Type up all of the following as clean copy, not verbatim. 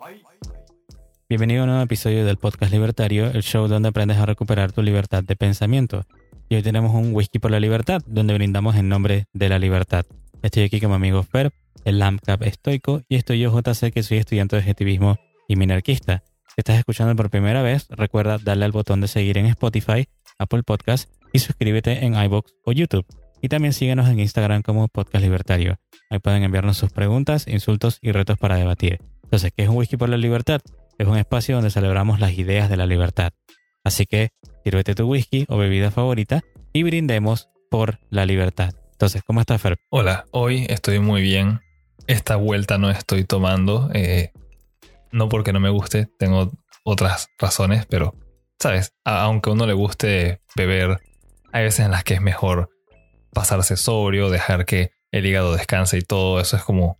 Bienvenido a un nuevo episodio del Podcast Libertario, el show donde aprendes a recuperar tu libertad de pensamiento. Y hoy tenemos un whisky por la libertad, donde brindamos en nombre de la libertad. Estoy aquí con mi amigo Ferb, el LAMCAP estoico, y estoy yo, JC, que soy estudiante de objetivismo y minarquista. Si estás escuchando por primera vez, recuerda darle al botón de seguir en Spotify, Apple Podcast y suscríbete en iVoox o YouTube. Y también síguenos en Instagram como Podcast Libertario. Ahí pueden enviarnos sus preguntas, insultos y retos para debatir. Entonces, ¿qué es un whisky por la libertad? Es un espacio donde celebramos las ideas de la libertad. Así que, sírvete tu whisky o bebida favorita y brindemos por la libertad. Entonces, ¿cómo estás, Fer? Hola, hoy estoy muy bien. Esta vuelta no estoy tomando, no porque no me guste, tengo otras razones, pero, ¿sabes? Aunque a uno le guste beber, hay veces en las que es mejor pasarse sobrio, dejar que el hígado descanse y todo. Eso es como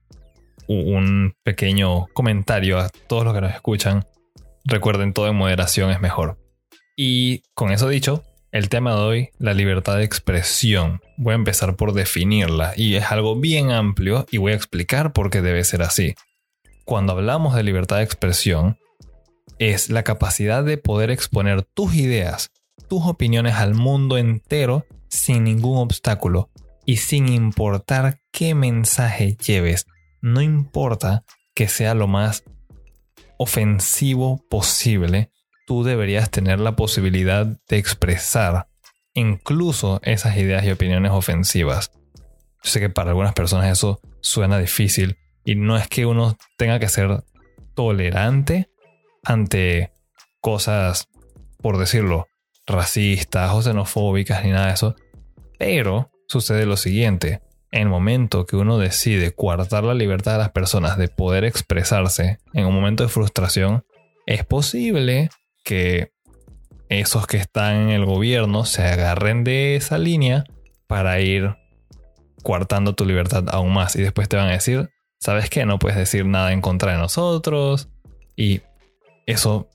un pequeño comentario a todos los que nos escuchan. Recuerden, todo en moderación es mejor. Y con eso dicho, el tema de hoy, la libertad de expresión. Voy a empezar por definirla y es algo bien amplio y voy a explicar por qué debe ser así. Cuando hablamos de libertad de expresión, es la capacidad de poder exponer tus ideas, tus opiniones al mundo entero sin ningún obstáculo y sin importar qué mensaje lleves. No importa que sea lo más ofensivo posible, tú deberías tener la posibilidad de expresar incluso esas ideas y opiniones ofensivas. Yo sé que para algunas personas eso suena difícil y no es que uno tenga que ser tolerante ante cosas, por decirlo, racistas o xenofóbicas ni nada de eso, pero sucede lo siguiente. En el momento que uno decide coartar la libertad de las personas de poder expresarse en un momento de frustración, es posible que esos que están en el gobierno se agarren de esa línea para ir coartando tu libertad aún más. Y después te van a decir, ¿sabes qué? No puedes decir nada en contra de nosotros. Y eso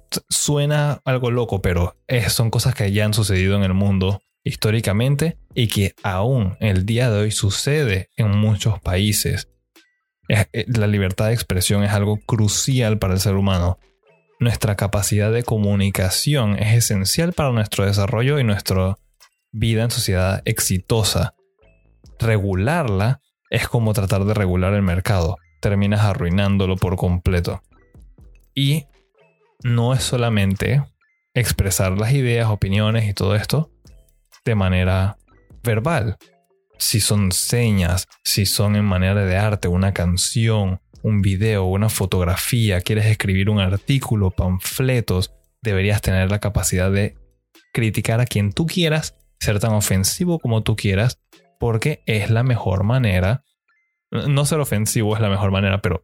suena algo loco, pero son cosas que ya han sucedido en el mundo históricamente y que aún el día de hoy sucede en muchos países. La libertad de expresión es algo crucial para el ser humano. Nuestra capacidad de comunicación es esencial para nuestro desarrollo y nuestra vida en sociedad exitosa. Regularla es como tratar de regular el mercado. Terminas arruinándolo por completo. Y no es solamente expresar las ideas, opiniones y todo esto de manera verbal. Si son señas, si son en manera de arte, una canción, un video, una fotografía, quieres escribir un artículo, panfletos, deberías tener la capacidad de criticar a quien tú quieras, ser tan ofensivo como tú quieras, porque es la mejor manera. No ser ofensivo es la mejor manera, pero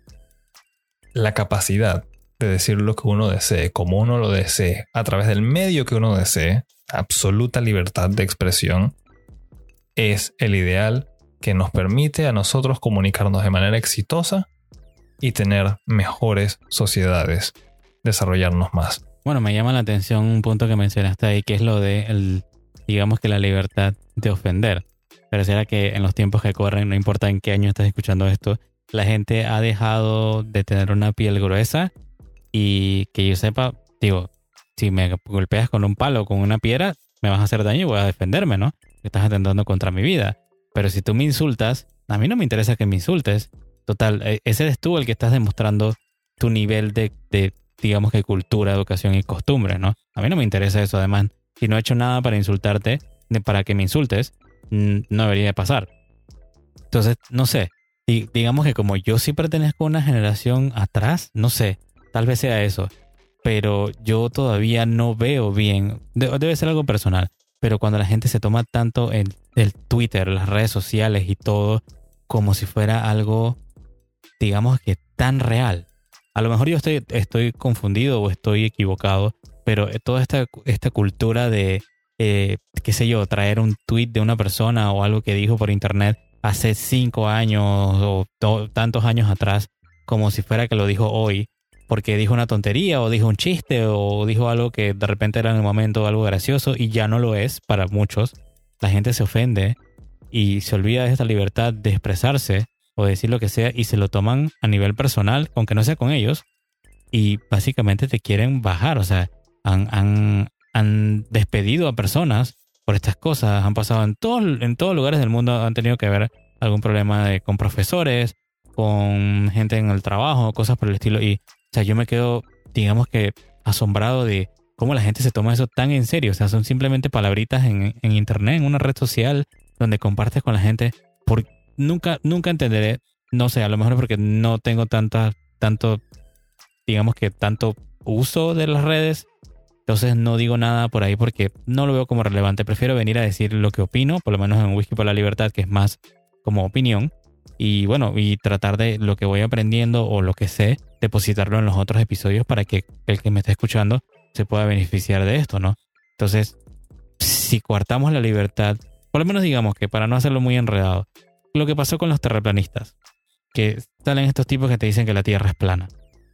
la capacidad de decir lo que uno desee, como uno lo desee, a través del medio que uno desee, absoluta libertad de expresión, es el ideal que nos permite a nosotros comunicarnos de manera exitosa y tener mejores sociedades, desarrollarnos más. Bueno, me llama la atención un punto que mencionaste ahí, que es lo de, digamos que la libertad de ofender. Pareciera que en los tiempos que corren, no importa en qué año estás escuchando esto, la gente ha dejado de tener una piel gruesa y que yo sepa, digo, si me golpeas con un palo o con una piedra, me vas a hacer daño y voy a defenderme, ¿no? Estás atentando contra mi vida. Pero si tú me insultas, a mí no me interesa que me insultes. Total, ese eres tú el que estás demostrando tu nivel de digamos que cultura, educación y costumbre, ¿no? A mí no me interesa eso. Además, si no he hecho nada para insultarte, para que me insultes, no debería de pasar. Entonces, no sé. Digamos que como yo sí pertenezco a una generación atrás, no sé, tal vez sea eso. Pero yo todavía no veo bien. Debe ser algo personal. Pero cuando la gente se toma tanto el Twitter, las redes sociales y todo, como si fuera algo, digamos que tan real. A lo mejor yo estoy confundido o estoy equivocado, pero toda esta cultura de, qué sé yo, traer un tweet de una persona o algo que dijo por internet hace 5 años o tantos años atrás, como si fuera que lo dijo hoy, porque dijo una tontería o dijo un chiste o dijo algo que de repente era en el momento algo gracioso y ya no lo es para muchos. La gente se ofende y se olvida de esta libertad de expresarse o decir lo que sea y se lo toman a nivel personal, aunque no sea con ellos, y básicamente te quieren bajar. O sea, han despedido a personas por estas cosas, han pasado en todos lugares del mundo, han tenido que ver algún problema con profesores, con gente en el trabajo, cosas por el estilo. Y, o sea, yo me quedo, digamos que, asombrado de cómo la gente se toma eso tan en serio. O sea, son simplemente palabritas en internet, en una red social, donde compartes con la gente. Nunca entenderé, no sé, a lo mejor porque no tengo tanto uso de las redes. Entonces no digo nada por ahí porque no lo veo como relevante. Prefiero venir a decir lo que opino, por lo menos en Whisky por la Libertad, que es más como opinión. Y bueno, y tratar de lo que voy aprendiendo o lo que sé, depositarlo en los otros episodios para que el que me esté escuchando se pueda beneficiar de esto, ¿no? Entonces, si coartamos la libertad, por lo menos digamos que para no hacerlo muy enredado, lo que pasó con los terraplanistas, que salen estos tipos que te dicen que la Tierra es plana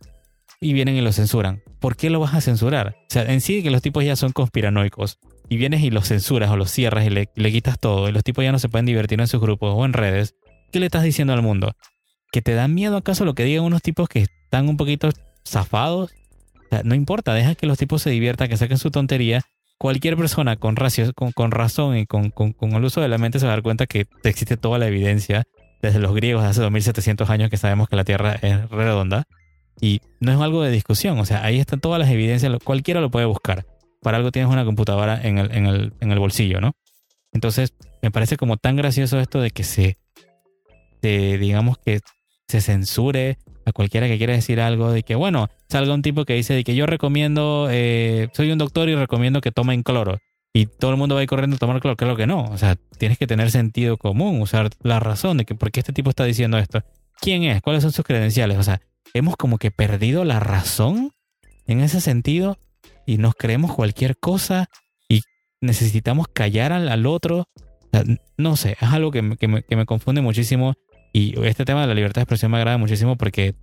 y vienen y lo censuran. ¿Por qué lo vas a censurar? O sea, en sí que los tipos ya son conspiranoicos y vienes y los censuras o los cierras y le quitas todo y los tipos ya no se pueden divertir en sus grupos o en redes. ¿Qué le estás diciendo al mundo? ¿Que te da miedo acaso lo que digan unos tipos que están un poquito zafados? O sea, no importa, deja que los tipos se diviertan, que saquen su tontería. Cualquier persona con razón y con el uso de la mente se va a dar cuenta que existe toda la evidencia desde los griegos de hace 2700 años que sabemos que la Tierra es redonda. Y no es algo de discusión, o sea, ahí están todas las evidencias, cualquiera lo puede buscar. Para algo tienes una computadora en el bolsillo, ¿no? Entonces, me parece como tan gracioso esto de que digamos que se censure a cualquiera que quiera decir algo, de que bueno, salga un tipo que dice de que yo recomiendo, soy un doctor y recomiendo que tomen cloro. Y todo el mundo va a ir corriendo a tomar cloro. Claro que no. O sea, tienes que tener sentido común, usar la razón de que por qué este tipo está diciendo esto. ¿Quién es? ¿Cuáles son sus credenciales? O sea, hemos como que perdido la razón en ese sentido y nos creemos cualquier cosa y necesitamos callar al otro. O sea, no sé, es algo que me confunde muchísimo. Y este tema de la libertad de expresión me agrada muchísimo porque,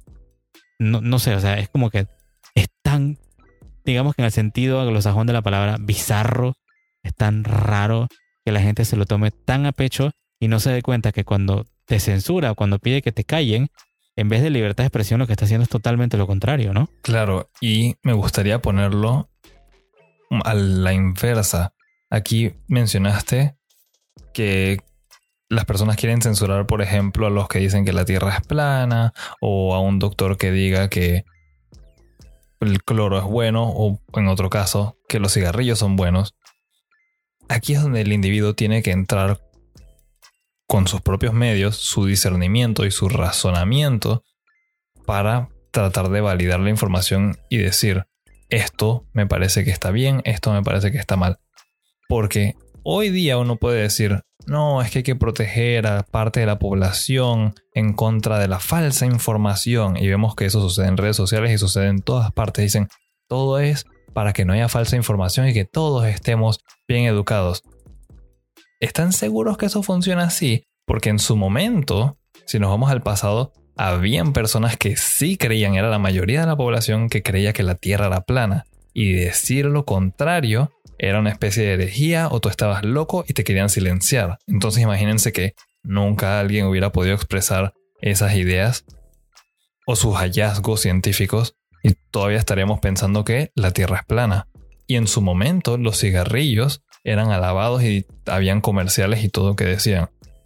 no sé, o sea, es como que es tan, digamos que en el sentido anglosajón de la palabra, bizarro, es tan raro que la gente se lo tome tan a pecho y no se dé cuenta que cuando te censura o cuando pide que te callen, en vez de libertad de expresión lo que está haciendo es totalmente lo contrario, ¿no? Claro, y me gustaría ponerlo a la inversa. Aquí mencionaste que las personas quieren censurar, por ejemplo, a los que dicen que la Tierra es plana o a un doctor que diga que el cloro es bueno o, en otro caso, que los cigarrillos son buenos. Aquí es donde el individuo tiene que entrar con sus propios medios, su discernimiento y su razonamiento para tratar de validar la información y decir, esto me parece que está bien, esto me parece que está mal. Porque hoy día uno puede decir, no, es que hay que proteger a parte de la población en contra de la falsa información. Y vemos que eso sucede en redes sociales y sucede en todas partes. Dicen, todo es para que no haya falsa información y que todos estemos bien educados. ¿Están seguros que eso funciona así? Porque en su momento, si nos vamos al pasado, habían personas que sí creían, era la mayoría de la población que creía que la Tierra era plana. Y decir lo contrario era una especie de herejía o tú estabas loco y te querían silenciar. Entonces imagínense que nunca alguien hubiera podido expresar esas ideas o sus hallazgos científicos y todavía estaríamos pensando que la Tierra es plana. Y en su momento los cigarrillos eran alabados y habían comerciales y todo que decían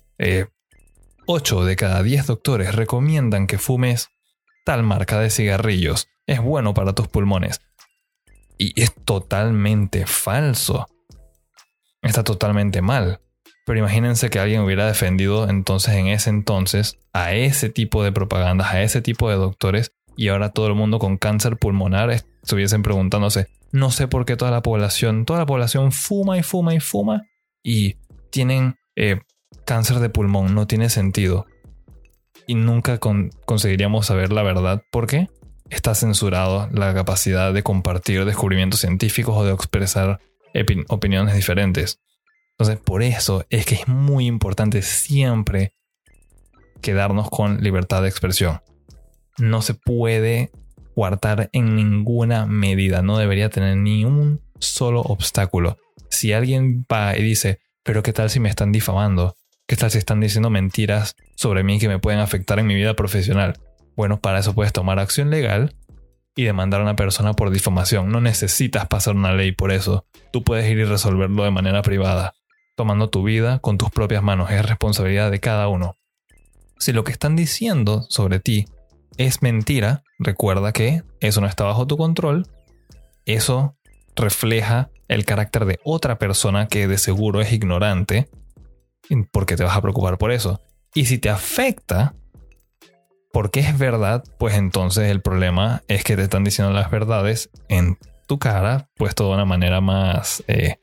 8 de cada 10 doctores recomiendan que fumes tal marca de cigarrillos. Es bueno para tus pulmones. Y es totalmente falso. Está totalmente mal. Pero imagínense que alguien hubiera defendido entonces en ese entonces a ese tipo de propagandas, a ese tipo de doctores, y ahora todo el mundo con cáncer pulmonar estuviesen preguntándose, no sé por qué toda la población fuma y fuma y fuma y tienen cáncer de pulmón, no tiene sentido. Y nunca conseguiríamos saber la verdad. ¿Por qué? Está censurado la capacidad de compartir descubrimientos científicos o de expresar opiniones diferentes. Entonces, por eso es que es muy importante siempre quedarnos con libertad de expresión. No se puede coartar en ninguna medida. No debería tener ni un solo obstáculo. Si alguien va y dice, pero ¿qué tal si me están difamando? ¿Qué tal si están diciendo mentiras sobre mí que me pueden afectar en mi vida profesional? Bueno, para eso puedes tomar acción legal y demandar a una persona por difamación. No necesitas pasar una ley por eso. Tú puedes ir y resolverlo de manera privada, tomando tu vida con tus propias manos. Es responsabilidad de cada uno. Si lo que están diciendo sobre ti es mentira, recuerda que eso no está bajo tu control. Eso refleja el carácter de otra persona que de seguro es ignorante, porque te vas a preocupar por eso. Y si te afecta porque es verdad, pues entonces el problema es que te están diciendo las verdades en tu cara, puesto de una manera más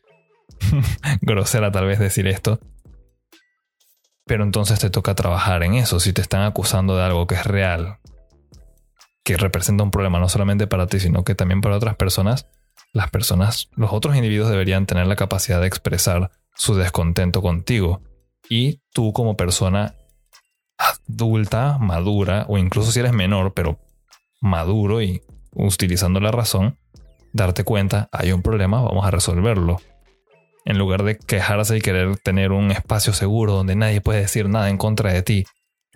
grosera tal vez decir esto. Pero entonces te toca trabajar en eso. Si te están acusando de algo que es real, que representa un problema no solamente para ti, sino que también para otras personas, los otros individuos deberían tener la capacidad de expresar su descontento contigo. Y tú como persona adulta, madura, o incluso si eres menor, pero maduro y utilizando la razón, darte cuenta, hay un problema, vamos a resolverlo. En lugar de quejarse y querer tener un espacio seguro donde nadie puede decir nada en contra de ti.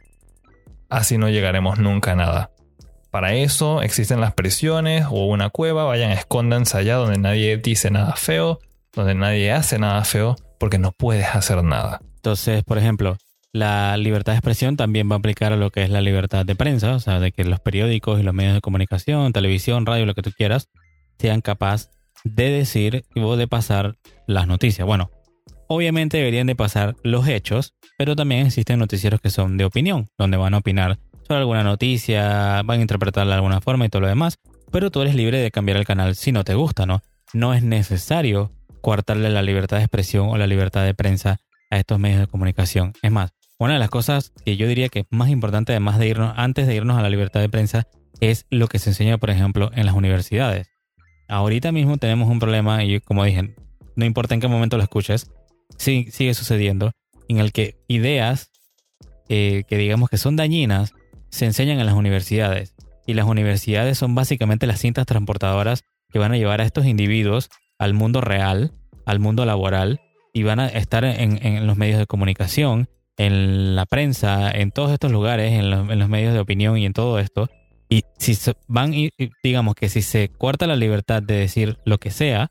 Así no llegaremos nunca a nada. Para eso existen las prisiones o una cueva, vayan, escóndanse allá donde nadie dice nada feo, donde nadie hace nada feo, porque no puedes hacer nada. Entonces, por ejemplo, la libertad de expresión también va a aplicar a lo que es la libertad de prensa, o sea, de que los periódicos y los medios de comunicación, televisión, radio, lo que tú quieras, sean capaces de decir o de pasar las noticias. Bueno, obviamente deberían de pasar los hechos, pero también existen noticieros que son de opinión, donde van a opinar sobre alguna noticia, van a interpretarla de alguna forma y todo lo demás, pero tú eres libre de cambiar el canal si no te gusta, ¿no? No es necesario coartarle la libertad de expresión o la libertad de prensa a estos medios de comunicación. Es más, una de las cosas que yo diría que es más importante, además de antes de irnos a la libertad de prensa, es lo que se enseña, por ejemplo, en las universidades. Ahorita mismo tenemos un problema y, como dije, no importa en qué momento lo escuches, sigue sucediendo, en el que ideas que digamos que son dañinas se enseñan en las universidades. Y las universidades son básicamente las cintas transportadoras que van a llevar a estos individuos al mundo real, al mundo laboral, y van a estar en los medios de comunicación, en la prensa, en todos estos lugares, en los medios de opinión y en todo esto. Y si digamos que si se corta la libertad de decir lo que sea,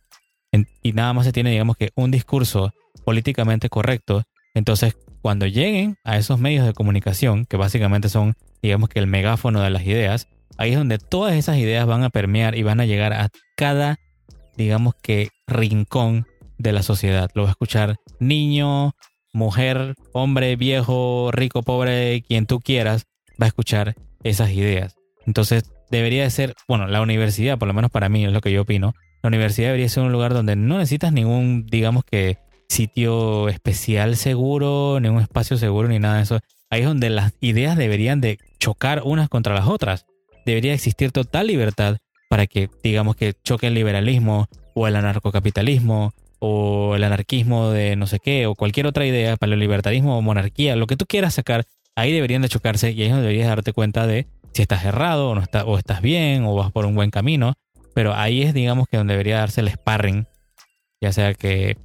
y nada más se tiene, digamos que un discurso políticamente correcto, entonces cuando lleguen a esos medios de comunicación, que básicamente son, digamos que el megáfono de las ideas, ahí es donde todas esas ideas van a permear y van a llegar a cada, digamos que, rincón de la sociedad. Lo va a escuchar niño, mujer, hombre, viejo, rico, pobre, quien tú quieras, va a escuchar esas ideas. Entonces debería de ser, bueno, la universidad, por lo menos para mí es lo que yo opino, la universidad debería ser un lugar donde no necesitas ningún, digamos que, sitio especial seguro, ni un espacio seguro, ni nada de eso. Ahí es donde las ideas deberían de chocar unas contra las otras. Debería existir total libertad para que, digamos que choque el liberalismo o el anarcocapitalismo o el anarquismo de no sé qué o cualquier otra idea, para el libertarismo o monarquía, lo que tú quieras sacar, ahí deberían de chocarse y ahí es donde deberías darte cuenta de si estás errado o no o estás bien o vas por un buen camino. Pero ahí es, digamos, que donde debería darse el sparring, ya sea que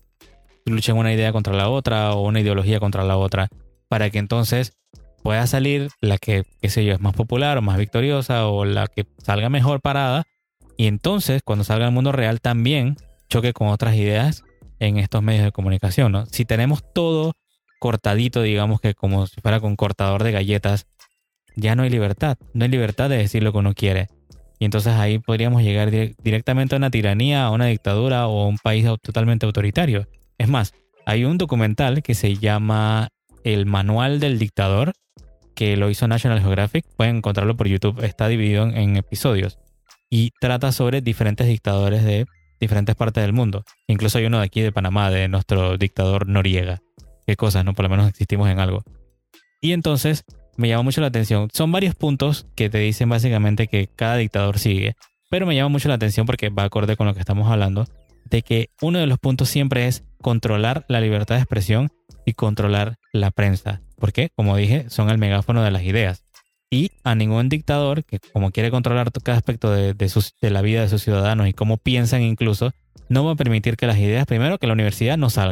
luchen una idea contra la otra o una ideología contra la otra, para que entonces pueda salir la que, qué sé yo, es más popular o más victoriosa o la que salga mejor parada, y entonces cuando salga al mundo real también choque con otras ideas en estos medios de comunicación, ¿no? Si tenemos todo cortadito, digamos que como si fuera con cortador de galletas, ya no hay libertad. No hay libertad de decir lo que uno quiere. Y entonces ahí podríamos llegar directamente a una tiranía, a una dictadura o a un país totalmente autoritario. Es más, hay un documental que se llama El Manual del Dictador, que lo hizo National Geographic. Pueden encontrarlo por YouTube. Está dividido en episodios. Y trata sobre diferentes dictadores de diferentes partes del mundo. Incluso hay uno de aquí de Panamá, de nuestro dictador Noriega. Qué cosas, ¿no? Por lo menos existimos en algo. Y entonces me llama mucho la atención. Son varios puntos que te dicen básicamente que cada dictador sigue. Pero me llama mucho la atención porque va acorde con lo que estamos hablando, de que uno de los puntos siempre es controlar la libertad de expresión y controlar la prensa. ¿Por qué? Como dije, son el megáfono de las ideas. Y a ningún dictador que, como quiere controlar cada aspecto de la vida de sus ciudadanos y cómo piensan incluso, no va a permitir que las ideas, primero, que la universidad no salgan.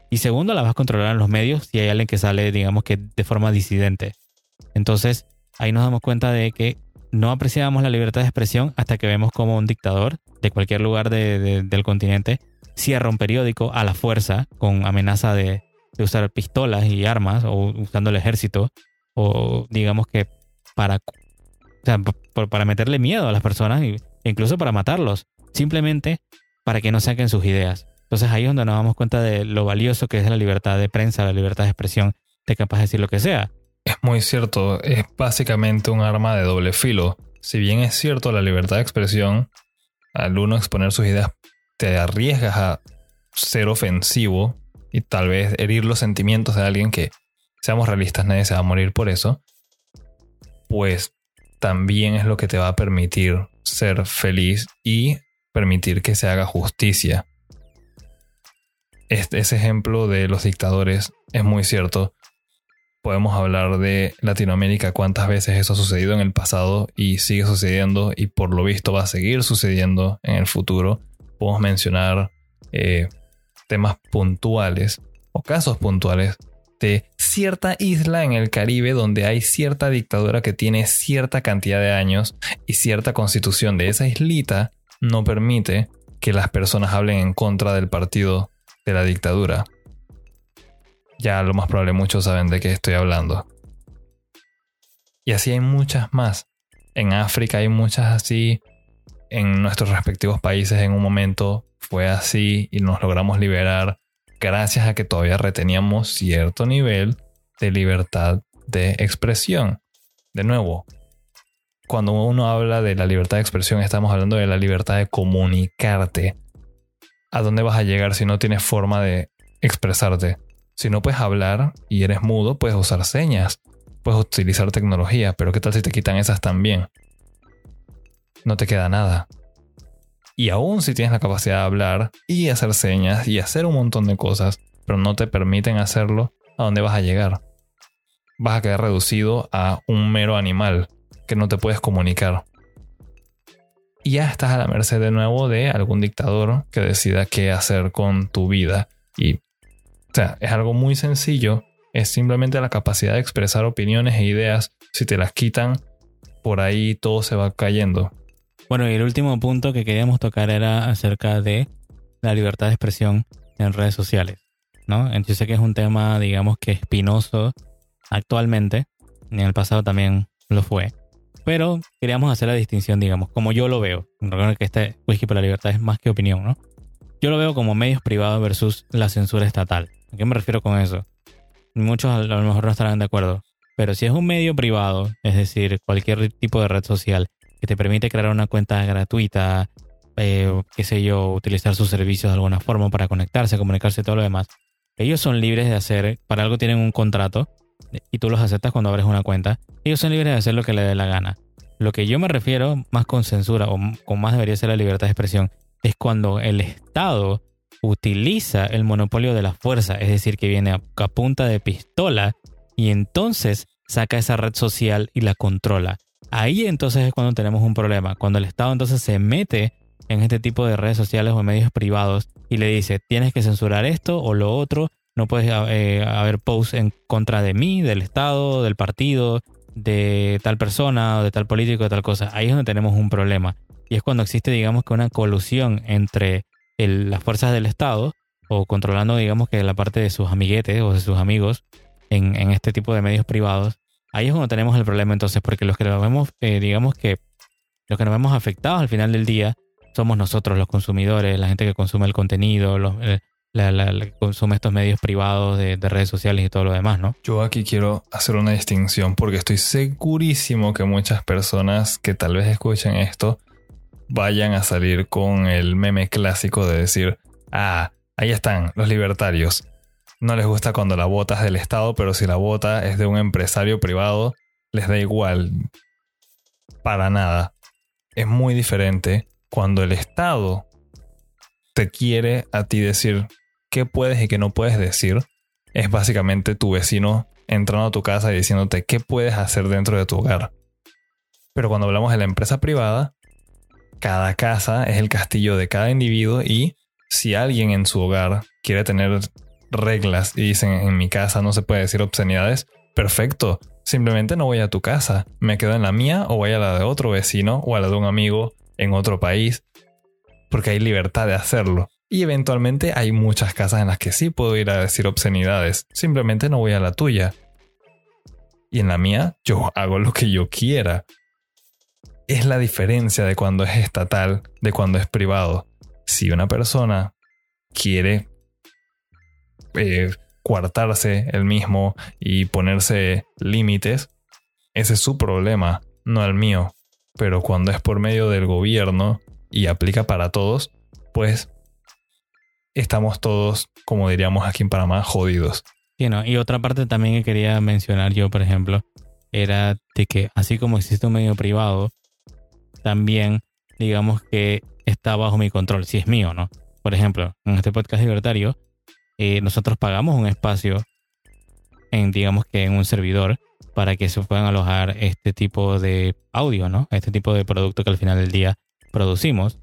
Y segundo, la vas a controlar en los medios si hay alguien que sale, digamos que de forma disidente. Entonces, ahí nos damos cuenta de que no apreciamos la libertad de expresión hasta que vemos como un dictador de cualquier lugar del continente cierra un periódico a la fuerza con amenaza de usar pistolas y armas o usando el ejército o digamos que para, o sea, para meterle miedo a las personas e incluso para matarlos, simplemente para que no saquen sus ideas. Entonces ahí es donde nos damos cuenta de lo valioso que es la libertad de prensa, la libertad de expresión, de capaz de decir lo que sea. Es muy cierto, es básicamente un arma de doble filo. Si bien es cierto la libertad de expresión, al uno exponer sus ideas te arriesgas a ser ofensivo y tal vez herir los sentimientos de alguien que, seamos realistas, nadie se va a morir por eso, pues también es lo que te va a permitir ser feliz y permitir que se haga justicia. Ese ejemplo de los dictadores es muy cierto. Podemos hablar de Latinoamérica, cuántas veces eso ha sucedido en el pasado y sigue sucediendo y por lo visto va a seguir sucediendo en el futuro. Podemos mencionar temas puntuales o casos puntuales de cierta isla en el Caribe donde hay cierta dictadura que tiene cierta cantidad de años y cierta constitución de esa islita no permite que las personas hablen en contra del partido de la dictadura. Ya lo más probable muchos saben de qué estoy hablando. Y así hay muchas más. En África hay muchas así. En nuestros respectivos países en un momento fue así y nos logramos liberar gracias a que todavía reteníamos cierto nivel de libertad de expresión. De nuevo, cuando uno habla de la libertad de expresión estamos hablando de la libertad de comunicarte. ¿A dónde vas a llegar si no tienes forma de expresarte? Si no puedes hablar y eres mudo, puedes usar señas, puedes utilizar tecnología, pero ¿qué tal si te quitan esas también? No te queda nada. Y aún si tienes la capacidad de hablar y hacer señas y hacer un montón de cosas, pero no te permiten hacerlo, ¿a dónde vas a llegar? Vas a quedar reducido a un mero animal que no te puedes comunicar. Y ya estás a la merced de nuevo de algún dictador que decida qué hacer con tu vida. Y o sea, es algo muy sencillo. Es simplemente la capacidad de expresar opiniones e ideas. Si te las quitan, por ahí todo se va cayendo. Bueno, y el último punto que queríamos tocar era acerca de la libertad de expresión en redes sociales, ¿no? Yo sé que es un tema, digamos que espinoso actualmente. En el pasado también lo fue. Pero queríamos hacer la distinción, digamos, como yo lo veo. Recuerden que este Whisky por la Libertad es más que opinión, ¿no? Yo lo veo como medios privados versus la censura estatal. ¿A qué me refiero con eso? Muchos a lo mejor no estarán de acuerdo. Pero si es un medio privado, es decir, cualquier tipo de red social que te permite crear una cuenta gratuita, qué sé yo, utilizar sus servicios de alguna forma para conectarse, comunicarse y todo lo demás, ellos son libres de hacer, para algo tienen un contrato y tú los aceptas cuando abres una cuenta, ellos son libres de hacer lo que les dé la gana. Lo que yo me refiero más con censura o con más debería ser la libertad de expresión es cuando el Estado utiliza el monopolio de la fuerza, es decir, que viene a punta de pistola y entonces saca esa red social y la controla. Ahí entonces es cuando tenemos un problema, cuando el Estado entonces se mete en este tipo de redes sociales o medios privados y le dice, tienes que censurar esto o lo otro, no puedes haber posts en contra de mí, del Estado, del partido, de tal persona o de tal político, de tal cosa. Ahí es donde tenemos un problema. Y es cuando existe, digamos, que una colusión entre las fuerzas del Estado o controlando, digamos, que la parte de sus amiguetes o de sus amigos en este tipo de medios privados. Ahí es cuando tenemos el problema entonces, porque los que nos vemos, digamos que los que nos vemos afectados al final del día somos nosotros, los consumidores, la gente que consume el contenido, la que consume estos medios privados de redes sociales y todo lo demás, ¿no? Yo aquí quiero hacer una distinción porque estoy segurísimo que muchas personas que tal vez escuchen esto vayan a salir con el meme clásico de decir, ahí están los libertarios. No les gusta cuando la bota es del Estado, pero si la bota es de un empresario privado, les da igual. Para nada. Es muy diferente cuando el Estado te quiere a ti decir qué puedes y qué no puedes decir. Es básicamente tu vecino entrando a tu casa y diciéndote qué puedes hacer dentro de tu hogar. Pero cuando hablamos de la empresa privada, cada casa es el castillo de cada individuo y si alguien en su hogar quiere tener reglas y dicen en mi casa no se puede decir obscenidades, perfecto. Simplemente no voy a tu casa, me quedo en la mía o voy a la de otro vecino o a la de un amigo en otro país, porque hay libertad de hacerlo. Y eventualmente hay muchas casas en las que sí puedo ir a decir obscenidades, simplemente no voy a la tuya. Y en la mía yo hago lo que yo quiera. Es la diferencia de cuando es estatal, de cuando es privado. Si una persona quiere coartarse él mismo y ponerse límites, ese es su problema, no el mío. Pero cuando es por medio del gobierno y aplica para todos, pues estamos todos, como diríamos aquí en Panamá, jodidos. Sí, ¿no? Y otra parte también que quería mencionar yo, por ejemplo, era de que así como existe un medio privado, también digamos que está bajo mi control, si es mío, ¿no? Por ejemplo, en este podcast libertario, nosotros pagamos un espacio digamos que en un servidor para que se puedan alojar este tipo de audio, ¿no? Este tipo de producto que al final del día producimos.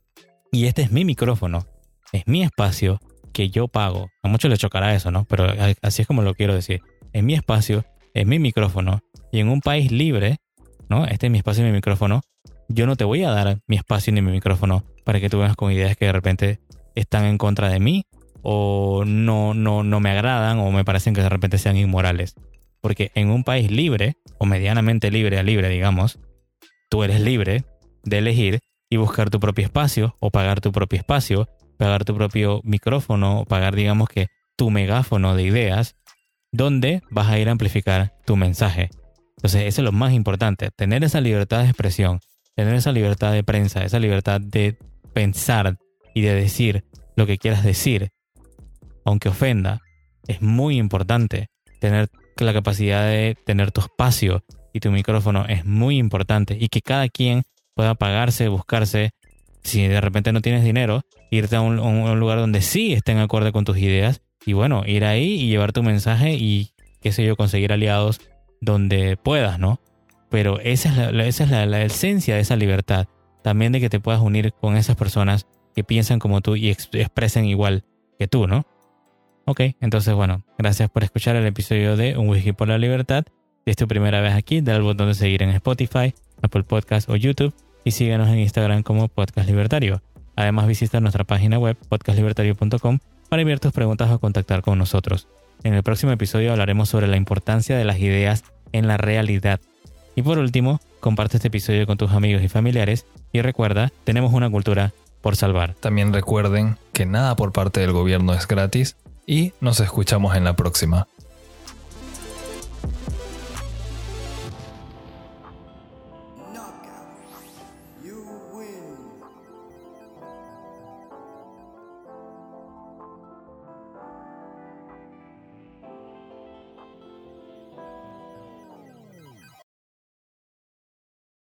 Y este es mi micrófono, es mi espacio que yo pago. A muchos les chocará eso, ¿no? Pero así es como lo quiero decir. Es mi espacio, es mi micrófono. Y en un país libre, ¿no? Este es mi espacio y mi micrófono. Yo no te voy a dar mi espacio ni mi micrófono para que tú vengas con ideas que de repente están en contra de mí o no me agradan o me parecen que de repente sean inmorales. Porque en un país libre o medianamente libre, digamos, tú eres libre de elegir y buscar tu propio espacio o pagar tu propio espacio, pagar tu propio micrófono o pagar, digamos que, tu megáfono de ideas donde vas a ir a amplificar tu mensaje. Entonces eso es lo más importante, tener esa libertad de expresión, tener esa libertad de prensa, esa libertad de pensar y de decir lo que quieras decir, aunque ofenda. Es muy importante tener la capacidad de tener tu espacio y tu micrófono es muy importante y que cada quien pueda pagarse, buscarse, si de repente no tienes dinero, irte a un lugar donde sí estén acorde con tus ideas y bueno, ir ahí y llevar tu mensaje y qué sé yo, conseguir aliados donde puedas, ¿no? Pero esa es la esencia de esa libertad, también de que te puedas unir con esas personas que piensan como tú y expresen igual que tú, ¿no? Ok, entonces bueno, gracias por escuchar el episodio de Un Whisky por la Libertad. Si es tu primera vez aquí, dale al botón de seguir en Spotify, Apple Podcast o YouTube y síguenos en Instagram como Podcast Libertario. Además visita nuestra página web podcastlibertario.com para enviar tus preguntas o contactar con nosotros. En el próximo episodio hablaremos sobre la importancia de las ideas en la realidad. Y por último, comparte este episodio con tus amigos y familiares y recuerda, tenemos una cultura por salvar. También recuerden que nada por parte del gobierno es gratis y nos escuchamos en la próxima.